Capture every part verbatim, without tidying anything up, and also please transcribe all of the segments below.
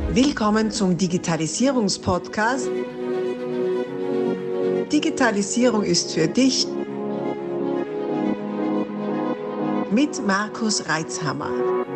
Willkommen zum Digitalisierungspodcast. Digitalisierung ist für dich mit Markus Reitzhammer.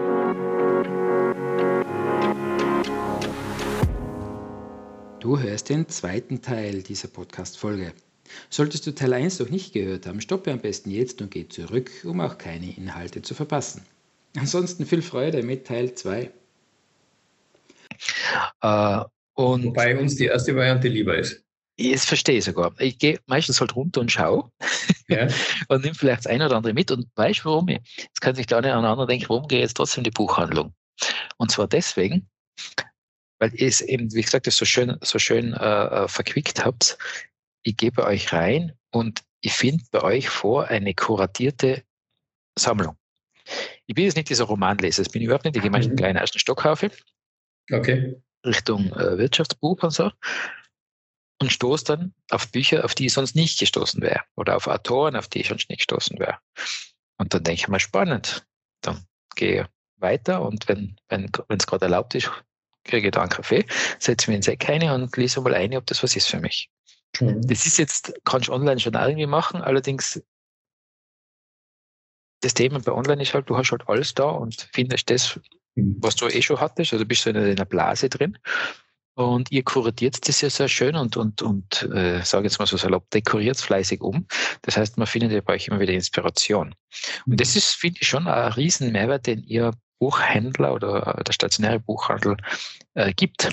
Du hörst den zweiten Teil dieser Podcast-Folge. Solltest du Teil eins noch nicht gehört haben, stoppe am besten jetzt und geh zurück, um auch keine Inhalte zu verpassen. Ansonsten viel Freude mit Teil zwei. Äh, und Wobei uns die erste Variante lieber ist. Das verstehe ich sogar. Ich gehe meistens halt runter und schaue Ja. und nehme vielleicht das eine oder andere mit. Und weißt du, warum ich? Jetzt kann sich der eine oder andere denken, warum gehe ich jetzt trotzdem in die Buchhandlung? Und zwar deswegen, weil ihr es eben, wie gesagt, das so schön, so schön äh, verquickt habt. Ich gehe bei euch rein und ich finde bei euch vor eine kuratierte Sammlung. Ich bin jetzt nicht dieser Romanleser, das bin ich überhaupt nicht. Ich gehe meistens Mhm. gleich in den ersten Stock rauf, Okay. Richtung äh, Wirtschaftsbuch und so, und stoße dann auf Bücher, auf die ich sonst nicht gestoßen wäre, oder auf Autoren, auf die ich sonst nicht gestoßen wäre. Und dann denke ich mal, spannend. Dann gehe ich weiter und wenn wenn wenn es gerade erlaubt ist, kriege ich da einen Kaffee, setze mich ins Eck rein und lese mal ein, ob das was ist für mich. Mhm. Das ist jetzt, kannst du online schon auch irgendwie machen, allerdings das Thema bei online ist halt, du hast halt alles da und findest das, was du eh schon hattest, also bist du in einer Blase drin. Und ihr kuratiert das ja sehr schön und, und, und äh, sage jetzt mal so salopp, dekoriert es fleißig um. Das heißt, man findet ja bei euch immer wieder Inspiration. Und das ist, finde ich, schon ein riesen Mehrwert, den ihr Buchhändler oder der stationäre Buchhandel äh, gibt.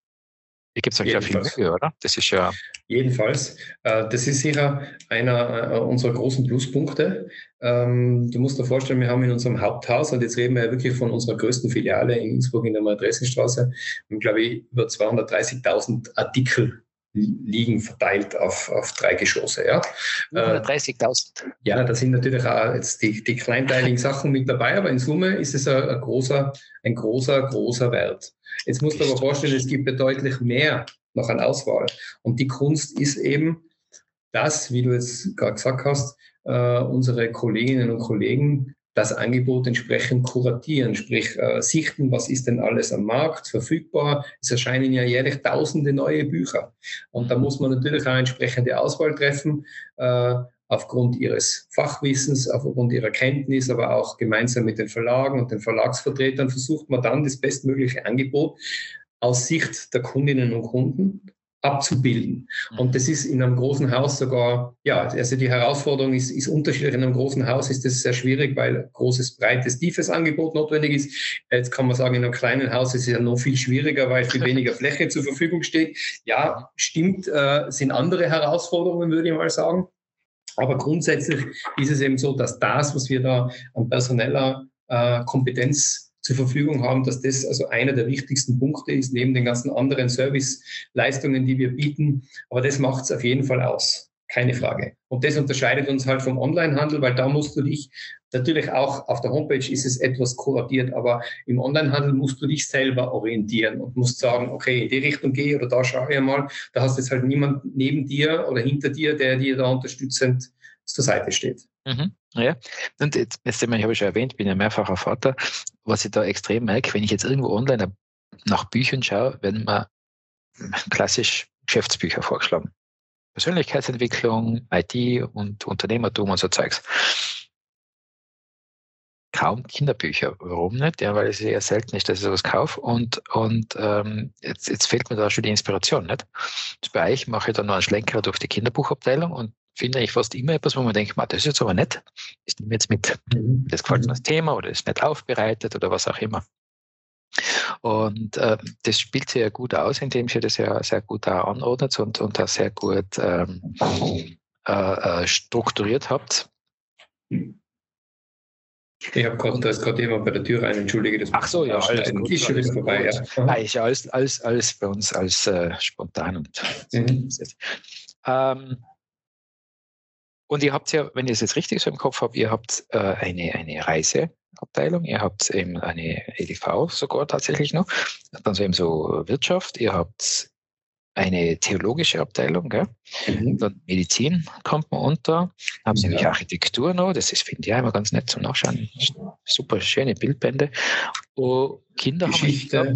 Hier gibt es ja viel Jedenfalls. Mühe, oder? Das ist ja... Jedenfalls, äh, das ist sicher einer äh, unserer großen Pluspunkte. Ähm, du musst dir vorstellen, wir haben in unserem Haupthaus, und jetzt reden wir ja wirklich von unserer größten Filiale in Innsbruck in der Maria-Dreschen-Straße, wir haben, glaube ich, über zweihundertdreißigtausend Artikel liegen verteilt auf, auf drei Geschosse. Ja. Äh, hundertdreißigtausend. ja, da sind natürlich auch jetzt die, die kleinteiligen Sachen mit dabei, aber in Summe ist es ein, ein großer, ein großer, großer Wert. Jetzt musst du aber vorstellen, es gibt ja deutlich mehr noch an Auswahl. Und die Kunst ist eben das, wie du jetzt gerade gesagt hast, äh, unsere Kolleginnen und Kollegen das Angebot entsprechend kuratieren, sprich äh, sichten, was ist denn alles am Markt verfügbar. Es erscheinen ja jährlich tausende neue Bücher. Und da muss man natürlich auch entsprechende Auswahl treffen, äh, aufgrund ihres Fachwissens, aufgrund ihrer Kenntnis, aber auch gemeinsam mit den Verlagen und den Verlagsvertretern versucht man dann das bestmögliche Angebot aus Sicht der Kundinnen und Kunden abzubilden. Und das ist in einem großen Haus sogar, ja, also die Herausforderung ist, ist unterschiedlich. In einem großen Haus ist das sehr schwierig, weil großes, breites, tiefes Angebot notwendig ist. Jetzt kann man sagen, in einem kleinen Haus ist es ja noch viel schwieriger, weil viel weniger Fläche zur Verfügung steht. Ja, stimmt, äh, sind andere Herausforderungen, würde ich mal sagen. Aber grundsätzlich ist es eben so, dass das, was wir da an personeller äh, Kompetenz zur Verfügung haben, dass das also einer der wichtigsten Punkte ist, neben den ganzen anderen Serviceleistungen, die wir bieten. Aber das macht es auf jeden Fall aus. Keine Frage. Und das unterscheidet uns halt vom Onlinehandel, weil da musst du dich, natürlich auch auf der Homepage ist es etwas kuratiert, aber im Onlinehandel musst du dich selber orientieren und musst sagen, okay, in die Richtung gehe oder da schaue ich mal. Da hast jetzt halt niemand neben dir oder hinter dir, der dir da unterstützend zur Seite steht. Mhm, ja, und jetzt, jetzt ich habe ich schon erwähnt, bin ja mehrfacher Vater. Was ich da extrem merke, wenn ich jetzt irgendwo online nach Büchern schaue, werden mir klassisch Geschäftsbücher vorgeschlagen. Persönlichkeitsentwicklung, I T und Unternehmertum und so Zeugs. Kaum Kinderbücher. Warum nicht? Ja, weil es eher selten ist, dass ich sowas kaufe. Und, und ähm, jetzt, jetzt fehlt mir da schon die Inspiration. Nicht? Jetzt bei euch mache ich dann noch einen Schlenker durch die Kinderbuchabteilung und finde ich fast immer etwas, wo man denkt, das ist jetzt aber nett. Das nehme ich jetzt mit. Mhm. Das gefällt mir das Thema oder ist nicht aufbereitet oder was auch immer. Und äh, das spielt sich ja gut aus, indem sie das ja sehr gut auch anordnet und, und auch sehr gut ähm, äh, strukturiert habt. Ich habe gerade, da ist gerade jemand bei der Tür rein, entschuldige, das Ach so, ja, alles gut. Ist schon wieder vorbei, ja. Ah, ist ja alles, alles, alles bei uns als äh, spontan. Und, Mhm. ähm, und ihr habt ja, wenn ich es jetzt richtig so im Kopf habe, ihr habt äh, eine, eine Reiseabteilung, ihr habt eben eine E D V sogar tatsächlich noch, dann so eben so Wirtschaft, ihr habt eine theologische Abteilung, gell? Mhm. Dann Medizin kommt man unter, haben sie Ja. nämlich Architektur noch, das ist, finde ich, auch immer ganz nett zum Nachschauen, super schöne Bildbände. Und Kinder Geschichte, haben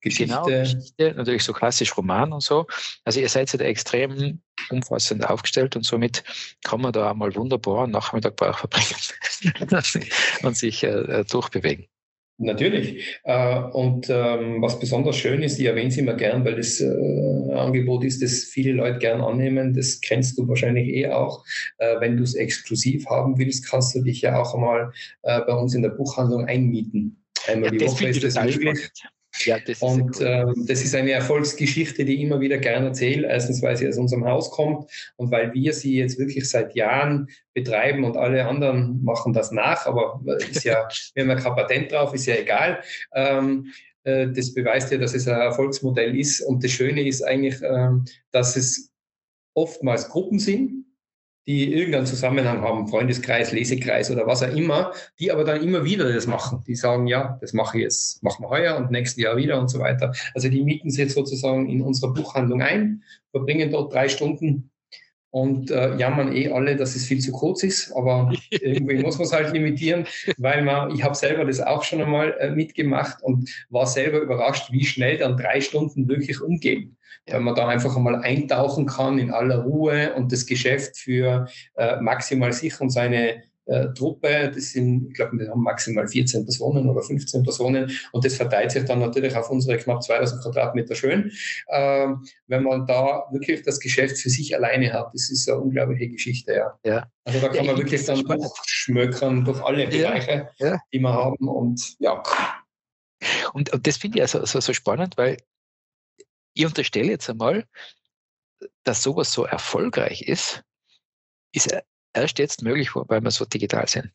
Geschichte. Genau, Geschichte, natürlich so klassisch Roman und so. Also ihr seid ja da extrem umfassend aufgestellt und somit kann man da mal wunderbar einen Nachmittag bei euch verbringen und sich äh, durchbewegen. Natürlich. Äh, und ähm, was besonders schön ist, ich erwähne es immer gern, weil das äh, Angebot ist, das viele Leute gern annehmen. Das kennst du wahrscheinlich eh auch. Äh, wenn du es exklusiv haben willst, kannst du dich ja auch einmal äh, bei uns in der Buchhandlung einmieten. Einmal Ja, die Woche ist das möglich. Ja, das und ist cool. ähm, das ist eine Erfolgsgeschichte, die ich immer wieder gerne erzähle. Erstens, weil sie aus unserem Haus kommt und weil wir sie jetzt wirklich seit Jahren betreiben und alle anderen machen das nach. Aber ist ja, wir haben ja kein Patent drauf, ist ja egal. Ähm, äh, das beweist ja, dass es ein Erfolgsmodell ist. Und das Schöne ist eigentlich, ähm, dass es oftmals Gruppen sind, die irgendeinen Zusammenhang haben, Freundeskreis, Lesekreis oder was auch immer, die aber dann immer wieder das machen. Die sagen, ja, das mache ich jetzt, machen wir heuer und nächstes Jahr wieder und so weiter. Also die mieten sich jetzt sozusagen in unserer Buchhandlung ein, verbringen dort drei Stunden und äh, jammern eh alle, dass es viel zu kurz ist, aber irgendwie muss man es halt limitieren, weil man, ich habe selber das auch schon einmal äh, mitgemacht und war selber überrascht, wie schnell dann drei Stunden wirklich umgehen. Ja. Weil man da einfach einmal eintauchen kann in aller Ruhe und das Geschäft für äh, maximal sich und seine äh, Truppe, das sind, ich glaube, wir haben maximal vierzehn Personen oder fünfzehn Personen und das verteilt sich dann natürlich auf unsere knapp zweitausend Quadratmeter schön. Äh, wenn man da wirklich das Geschäft für sich alleine hat, das ist eine unglaubliche Geschichte, ja. ja. Also da kann ja, man wirklich dann durchschmökern durch alle Bereiche, ja. Ja. die wir haben und ja. Und, und das finde ich also so, so spannend, weil ich unterstelle jetzt einmal, dass sowas so erfolgreich ist, ist erst jetzt möglich, weil wir so digital sind.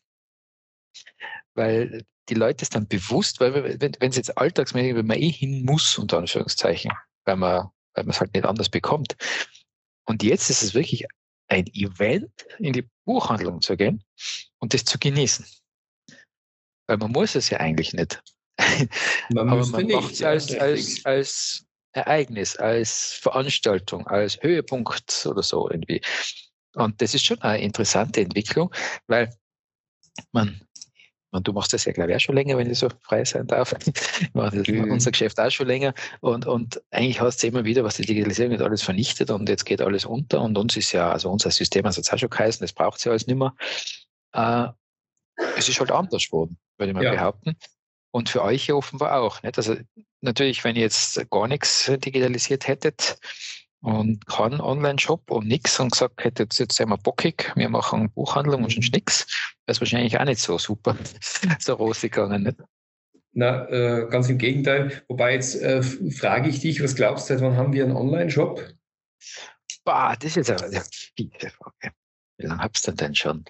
Weil die Leute es dann bewusst, weil wir, wenn es jetzt alltagsmäßig, wenn man eh hin muss, unter Anführungszeichen, weil man weil man es halt nicht anders bekommt. Und jetzt ist es wirklich ein Event, in die Buchhandlung zu gehen und das zu genießen. Weil man muss es ja eigentlich nicht. Man Aber man macht es als, als, als Ereignis, als Veranstaltung, als Höhepunkt oder so irgendwie. Und das ist schon eine interessante Entwicklung, weil man, man du machst das ja, glaube ich, auch schon länger, wenn ich so frei sein darf. Ich mache das, mhm. unser Geschäft auch schon länger. Und, und eigentlich hast du immer wieder, was die Digitalisierung jetzt alles vernichtet und jetzt geht alles unter. Und uns ist ja, also unser System hat es auch schon geheißen, das braucht es ja alles nicht mehr. Äh, es ist halt anders geworden, würde ich mal ja. behaupten. Und für euch ja offenbar auch. Nicht? Also natürlich, wenn ihr jetzt gar nichts digitalisiert hättet und keinen Online-Shop und nichts und gesagt hättet, jetzt sind wir bockig, wir machen Buchhandlung und schon nix, wäre es wahrscheinlich auch nicht so super, so rosig gegangen. Nicht? Na, äh, ganz im Gegenteil. Wobei jetzt äh, frage ich dich, was glaubst du, seit wann haben wir einen Online-Shop? Bah, das ist jetzt aber eine fiese Frage. Wie lange habt ihr denn schon?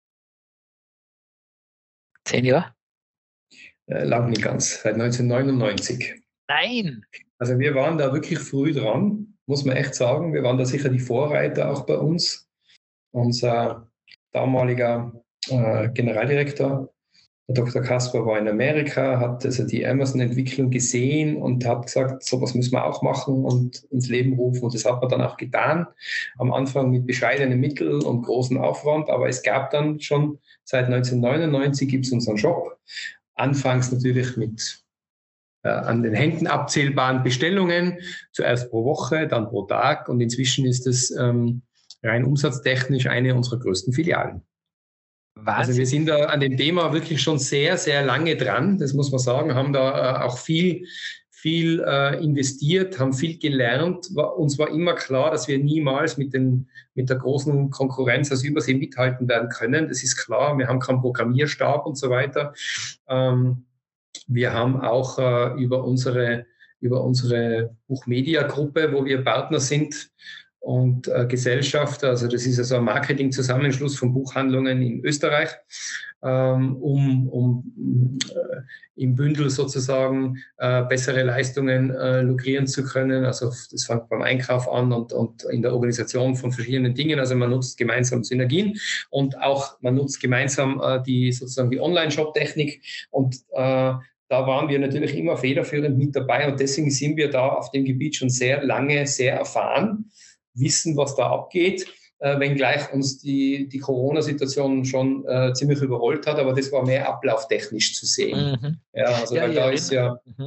Zehn Jahre? Äh, lang nicht ganz, seit neunzehnhundertneunundneunzig. Nein! Also wir waren da wirklich früh dran, muss man echt sagen. Wir waren da sicher die Vorreiter auch bei uns. Unser damaliger äh, Generaldirektor, der Doktor Kasper, war in Amerika, hat also die Amazon-Entwicklung gesehen und hat gesagt, sowas müssen wir auch machen und ins Leben rufen. Und das hat man dann auch getan. Am Anfang mit bescheidenen Mitteln und großem Aufwand, aber es gab dann schon seit neunzehnhundertneunundneunzig gibt es unseren Shop. Anfangs natürlich mit äh, an den Händen abzählbaren Bestellungen, zuerst pro Woche, dann pro Tag und inzwischen ist es ähm, rein umsatztechnisch eine unserer größten Filialen. Wahnsinn. Also wir sind da an dem Thema wirklich schon sehr, sehr lange dran, das muss man sagen, haben da äh, auch viel, viel äh, investiert, haben viel gelernt. War, uns war immer klar, dass wir niemals mit, den, mit der großen Konkurrenz aus Übersee mithalten werden können. Das ist klar, wir haben keinen Programmierstab und so weiter. Ähm, wir haben auch äh, über unsere, über unsere Buchmedia-Gruppe, wo wir Partner sind, und äh, Gesellschaft, also das ist also ein Marketing-Zusammenschluss von Buchhandlungen in Österreich, ähm, um, um äh, im Bündel sozusagen äh, bessere Leistungen äh, lukrieren zu können. Also das fängt beim Einkauf an und, und in der Organisation von verschiedenen Dingen. Also man nutzt gemeinsam Synergien und auch man nutzt gemeinsam äh, die sozusagen die Online-Shop-Technik und äh, da waren wir natürlich immer federführend mit dabei und deswegen sind wir da auf dem Gebiet schon sehr lange, sehr erfahren, wissen, was da abgeht, äh, wenngleich uns die, die Corona-Situation schon äh, ziemlich überrollt hat, aber das war mehr ablauftechnisch zu sehen. Mhm. Ja, also ja, weil ja, da ist ja, mhm.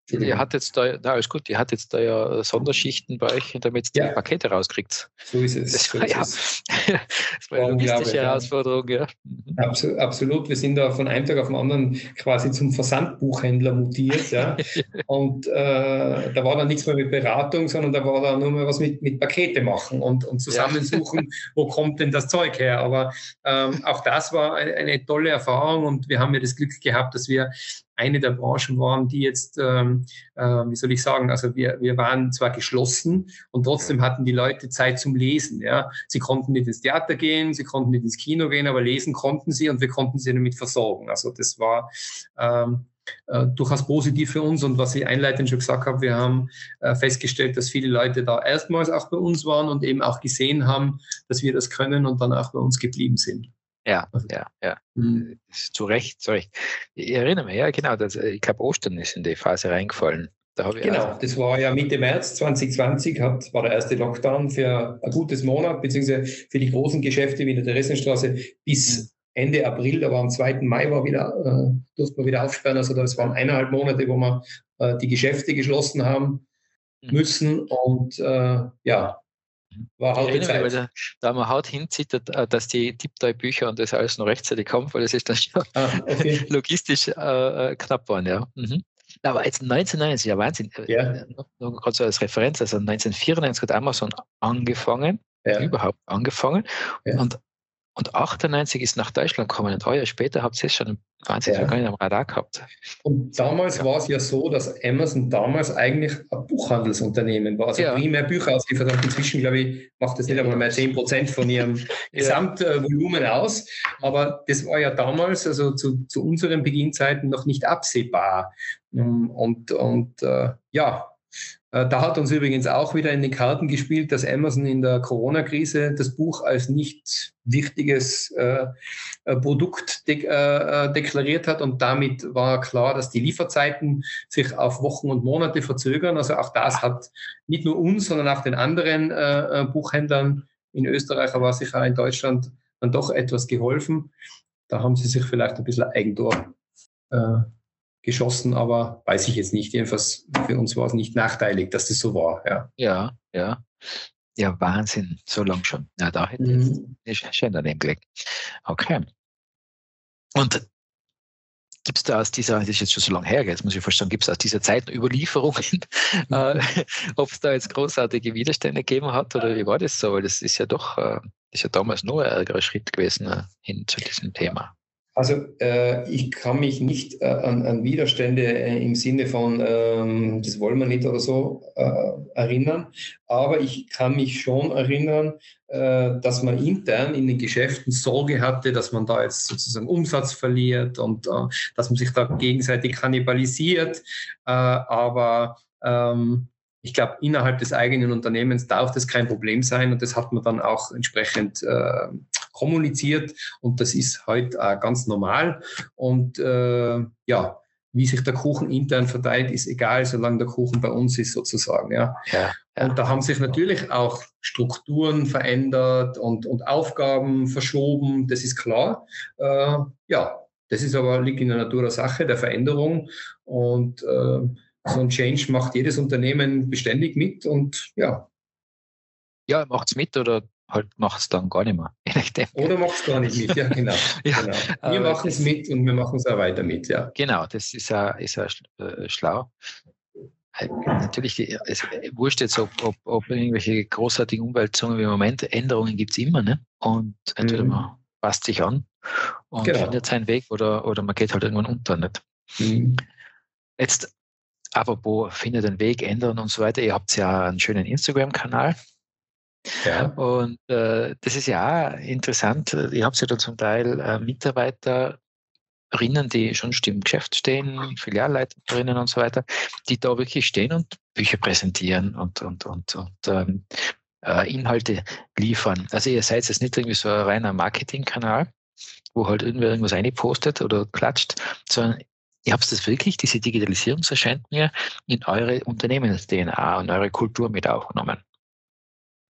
ihr hattet jetzt da, na alles gut, ihr hattet jetzt da ja Sonderschichten bei euch, damit ihr Ja. die Pakete rauskriegt. So ist es. Das So war, ist ja, es. das war eine Unglaublich, logistische ja. Herausforderung, ja. Mhm. Absu- Absolut. Wir sind da von einem Tag auf den anderen quasi zum Versandbuchhändler mutiert. Ja. Und äh, da war dann nichts mehr mit Beratung, sondern da war dann nur mehr was mit, mit Pakete machen und, und zusammensuchen, wo kommt denn das Zeug her. Aber ähm, auch das war eine, eine tolle Erfahrung und wir haben ja das Glück gehabt, dass wir eine der Branchen waren, die jetzt, ähm, äh, wie soll ich sagen, also wir, wir waren zwar geschlossen und trotzdem hatten die Leute Zeit zum Lesen. Ja. Sie konnten nicht ins Theater gehen, sie konnten nicht ins Kino gehen, aber lesen konnten sie und wir konnten sie damit versorgen. Also das war ähm, äh, durchaus positiv für uns und was ich einleitend schon gesagt habe, wir haben äh, festgestellt, dass viele Leute da erstmals auch bei uns waren und eben auch gesehen haben, dass wir das können und dann auch bei uns geblieben sind. Ja, ja, ja. Mhm. Zu Recht, zu Recht. Ich erinnere mich, ja, genau. Das, ich glaube, Ostern ist in die Phase reingefallen. Da habe ich Genau, also, das war ja Mitte März zwanzig zwanzig, hat, war der erste Lockdown für ein gutes Monat, beziehungsweise für die großen Geschäfte wie in der Theresienstraße bis Ende April, aber am zweiten Mai war wieder, äh, durften wir wieder aufsperren. Also das waren eineinhalb Monate, wo wir äh, die Geschäfte geschlossen haben müssen und äh, ja, war harte ich erinnere mich, Zeit. weil da, da man Haut hinzieht, dass die Tiptoy-Bücher und das alles noch rechtzeitig kommt, weil das ist dann schon Ah, okay. logistisch äh, knapp geworden, ja. Mhm. Aber jetzt neunzehnhundertneunundneunzig, ja Wahnsinn. Ja. Noch, noch gerade so als Referenz, also neunzehnhundertvierundneunzig hat Amazon angefangen, Ja. überhaupt angefangen. Ja. Und, und achtundneunzig ist nach Deutschland gekommen. Und ein Jahr später habt ihr es schon, Wahnsinn, Ja. ja. gar nicht am Radar gehabt. Und damals Ja. war es ja so, dass Amazon damals eigentlich ein Buchhandelsunternehmen war, also Ja. primär Bücher ausliefert hat. Inzwischen, glaube ich, macht das nicht Ja, einmal mehr ja. zehn Prozent von ihrem Ja. Gesamtvolumen aus. Aber das war ja damals, also zu, zu unseren Beginnzeiten, noch nicht absehbar. Und, und äh, ja, äh, da hat uns übrigens auch wieder in die Karten gespielt, dass Amazon in der Corona-Krise das Buch als nicht wichtiges äh, Produkt de äh, deklariert hat und damit war klar, dass die Lieferzeiten sich auf Wochen und Monate verzögern. Also auch das hat nicht nur uns, sondern auch den anderen äh, Buchhändlern in Österreich, aber sicher auch in Deutschland dann doch etwas geholfen. Da haben sie sich vielleicht ein bisschen Eigentor äh, geschossen, aber weiß ich jetzt nicht. Jedenfalls für uns war es nicht nachteilig, dass das so war. Ja, Ja, ja. Ja, Wahnsinn, so lang schon. Ja, da hätte Mhm. ich schön daneben gelegt. Okay. Und gibt es da aus dieser, das ist jetzt schon so lange her, jetzt muss ich verstehen, gibt es aus dieser Zeit Überlieferungen, äh, ob es da jetzt großartige Widerstände gegeben hat oder wie war das so? Weil das ist ja doch, äh, ist ja damals nur ein ärgerer Schritt gewesen äh, hin zu diesem Thema. Also äh, ich kann mich nicht äh, an, an Widerstände äh, im Sinne von, ähm, das wollen wir nicht oder so, äh, erinnern. Aber ich kann mich schon erinnern, äh, dass man intern in den Geschäften Sorge hatte, dass man da jetzt sozusagen Umsatz verliert und äh, dass man sich da gegenseitig kannibalisiert. Äh, aber ähm, ich glaube, innerhalb des eigenen Unternehmens darf das kein Problem sein und das hat man dann auch entsprechend äh, kommuniziert und das ist heute auch ganz normal und äh, ja, wie sich der Kuchen intern verteilt, ist egal, solange der Kuchen bei uns ist sozusagen. Ja. Ja, ja. Und da haben sich natürlich auch Strukturen verändert und, und Aufgaben verschoben, das ist klar. Äh, ja, das ist aber, liegt in der Natur der Sache, der Veränderung und äh, so ein Change macht jedes Unternehmen beständig mit und ja. Ja, macht's mit oder halt macht's dann gar nicht mehr. Oder macht's gar nicht mit, ja genau. Ja, genau. Wir machen es mit und wir machen es auch weiter mit, ja. Genau, das ist ja ist ja äh, schlau. Natürlich, die, es wurscht jetzt, ob, ob, ob irgendwelche großartigen Umwälzungen wie im Moment, Änderungen gibt es immer, ne? Und entweder Mhm. man passt sich an und Genau. findet seinen Weg oder, oder man geht halt irgendwann unter, nicht? Mhm. Jetzt, apropos, findet den Weg, ändern und so weiter. Ihr habt ja einen schönen Instagram-Kanal. Ja. Und äh, das ist ja auch interessant. Ihr habt ja dann zum Teil äh, Mitarbeiterinnen, die schon im Geschäft stehen, Filialleiterinnen und so weiter, die da wirklich stehen und Bücher präsentieren und, und, und, und ähm, äh, Inhalte liefern. Also ihr seid jetzt nicht irgendwie so ein reiner Marketingkanal, wo halt irgendwer irgendwas reinpostet oder klatscht, sondern ihr habt das wirklich, diese Digitalisierung, so scheint mir, in eure Unternehmens-D N A und eure Kultur mit aufgenommen.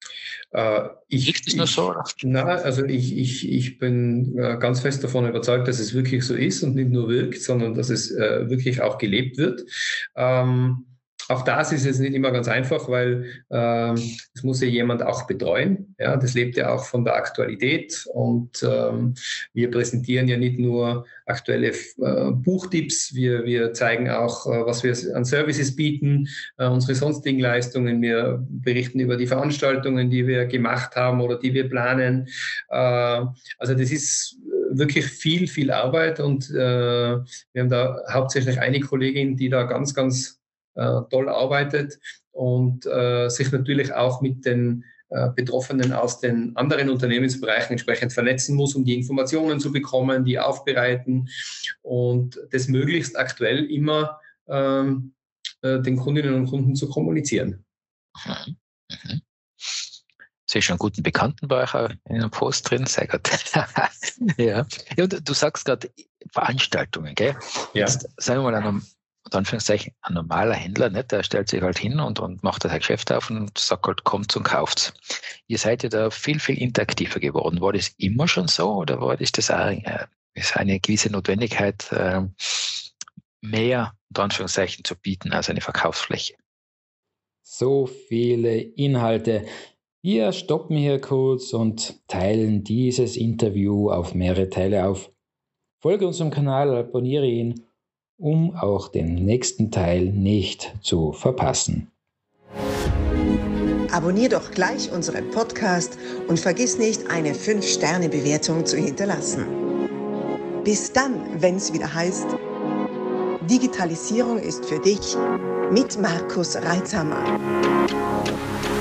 Äh, ich, Ist das nur so? Oder? Na, also ich, ich, ich bin äh, ganz fest davon überzeugt, dass es wirklich so ist und nicht nur wirkt, sondern dass es äh, wirklich auch gelebt wird. Ähm, Auch das ist jetzt nicht immer ganz einfach, weil ähm, das muss ja jemand auch betreuen. Ja, das lebt ja auch von der Aktualität und ähm, wir präsentieren ja nicht nur aktuelle äh, Buchtipps, wir, wir zeigen auch, äh, was wir an Services bieten, äh, unsere sonstigen Leistungen. Wir berichten über die Veranstaltungen, die wir gemacht haben oder die wir planen. Äh, also das ist wirklich viel, viel Arbeit und äh, wir haben da hauptsächlich eine Kollegin, die da ganz, ganz toll arbeitet und äh, sich natürlich auch mit den äh, Betroffenen aus den anderen Unternehmensbereichen entsprechend vernetzen muss, um die Informationen zu bekommen, die aufbereiten und das möglichst aktuell immer ähm, äh, den Kundinnen und Kunden zu kommunizieren. Mhm. Mhm. Ich sehe schon einen guten Bekannten bei euch in einem Post drin, sehr gut. Ja. Ja, und du sagst gerade Veranstaltungen, gell? Ja. Jetzt sagen wir mal an Anführungszeichen, ein normaler Händler, nicht? Der stellt sich halt hin und, und macht das Geschäft auf und sagt halt, kommt und kauft's. Ihr seid ja da viel, viel interaktiver geworden. War das immer schon so oder war das, das auch, äh, ist eine gewisse Notwendigkeit, äh, mehr, unter Anführungszeichen, zu bieten als eine Verkaufsfläche? So viele Inhalte. Wir stoppen hier kurz und teilen dieses Interview auf mehrere Teile auf. Folge unserem Kanal, abonniere ihn, um auch den nächsten Teil nicht zu verpassen. Abonnier doch gleich unseren Podcast und vergiss nicht, eine fünf Sterne Bewertung zu hinterlassen. Bis dann, wenn es wieder heißt, Digitalisierung ist für dich mit Markus Reitzhammer.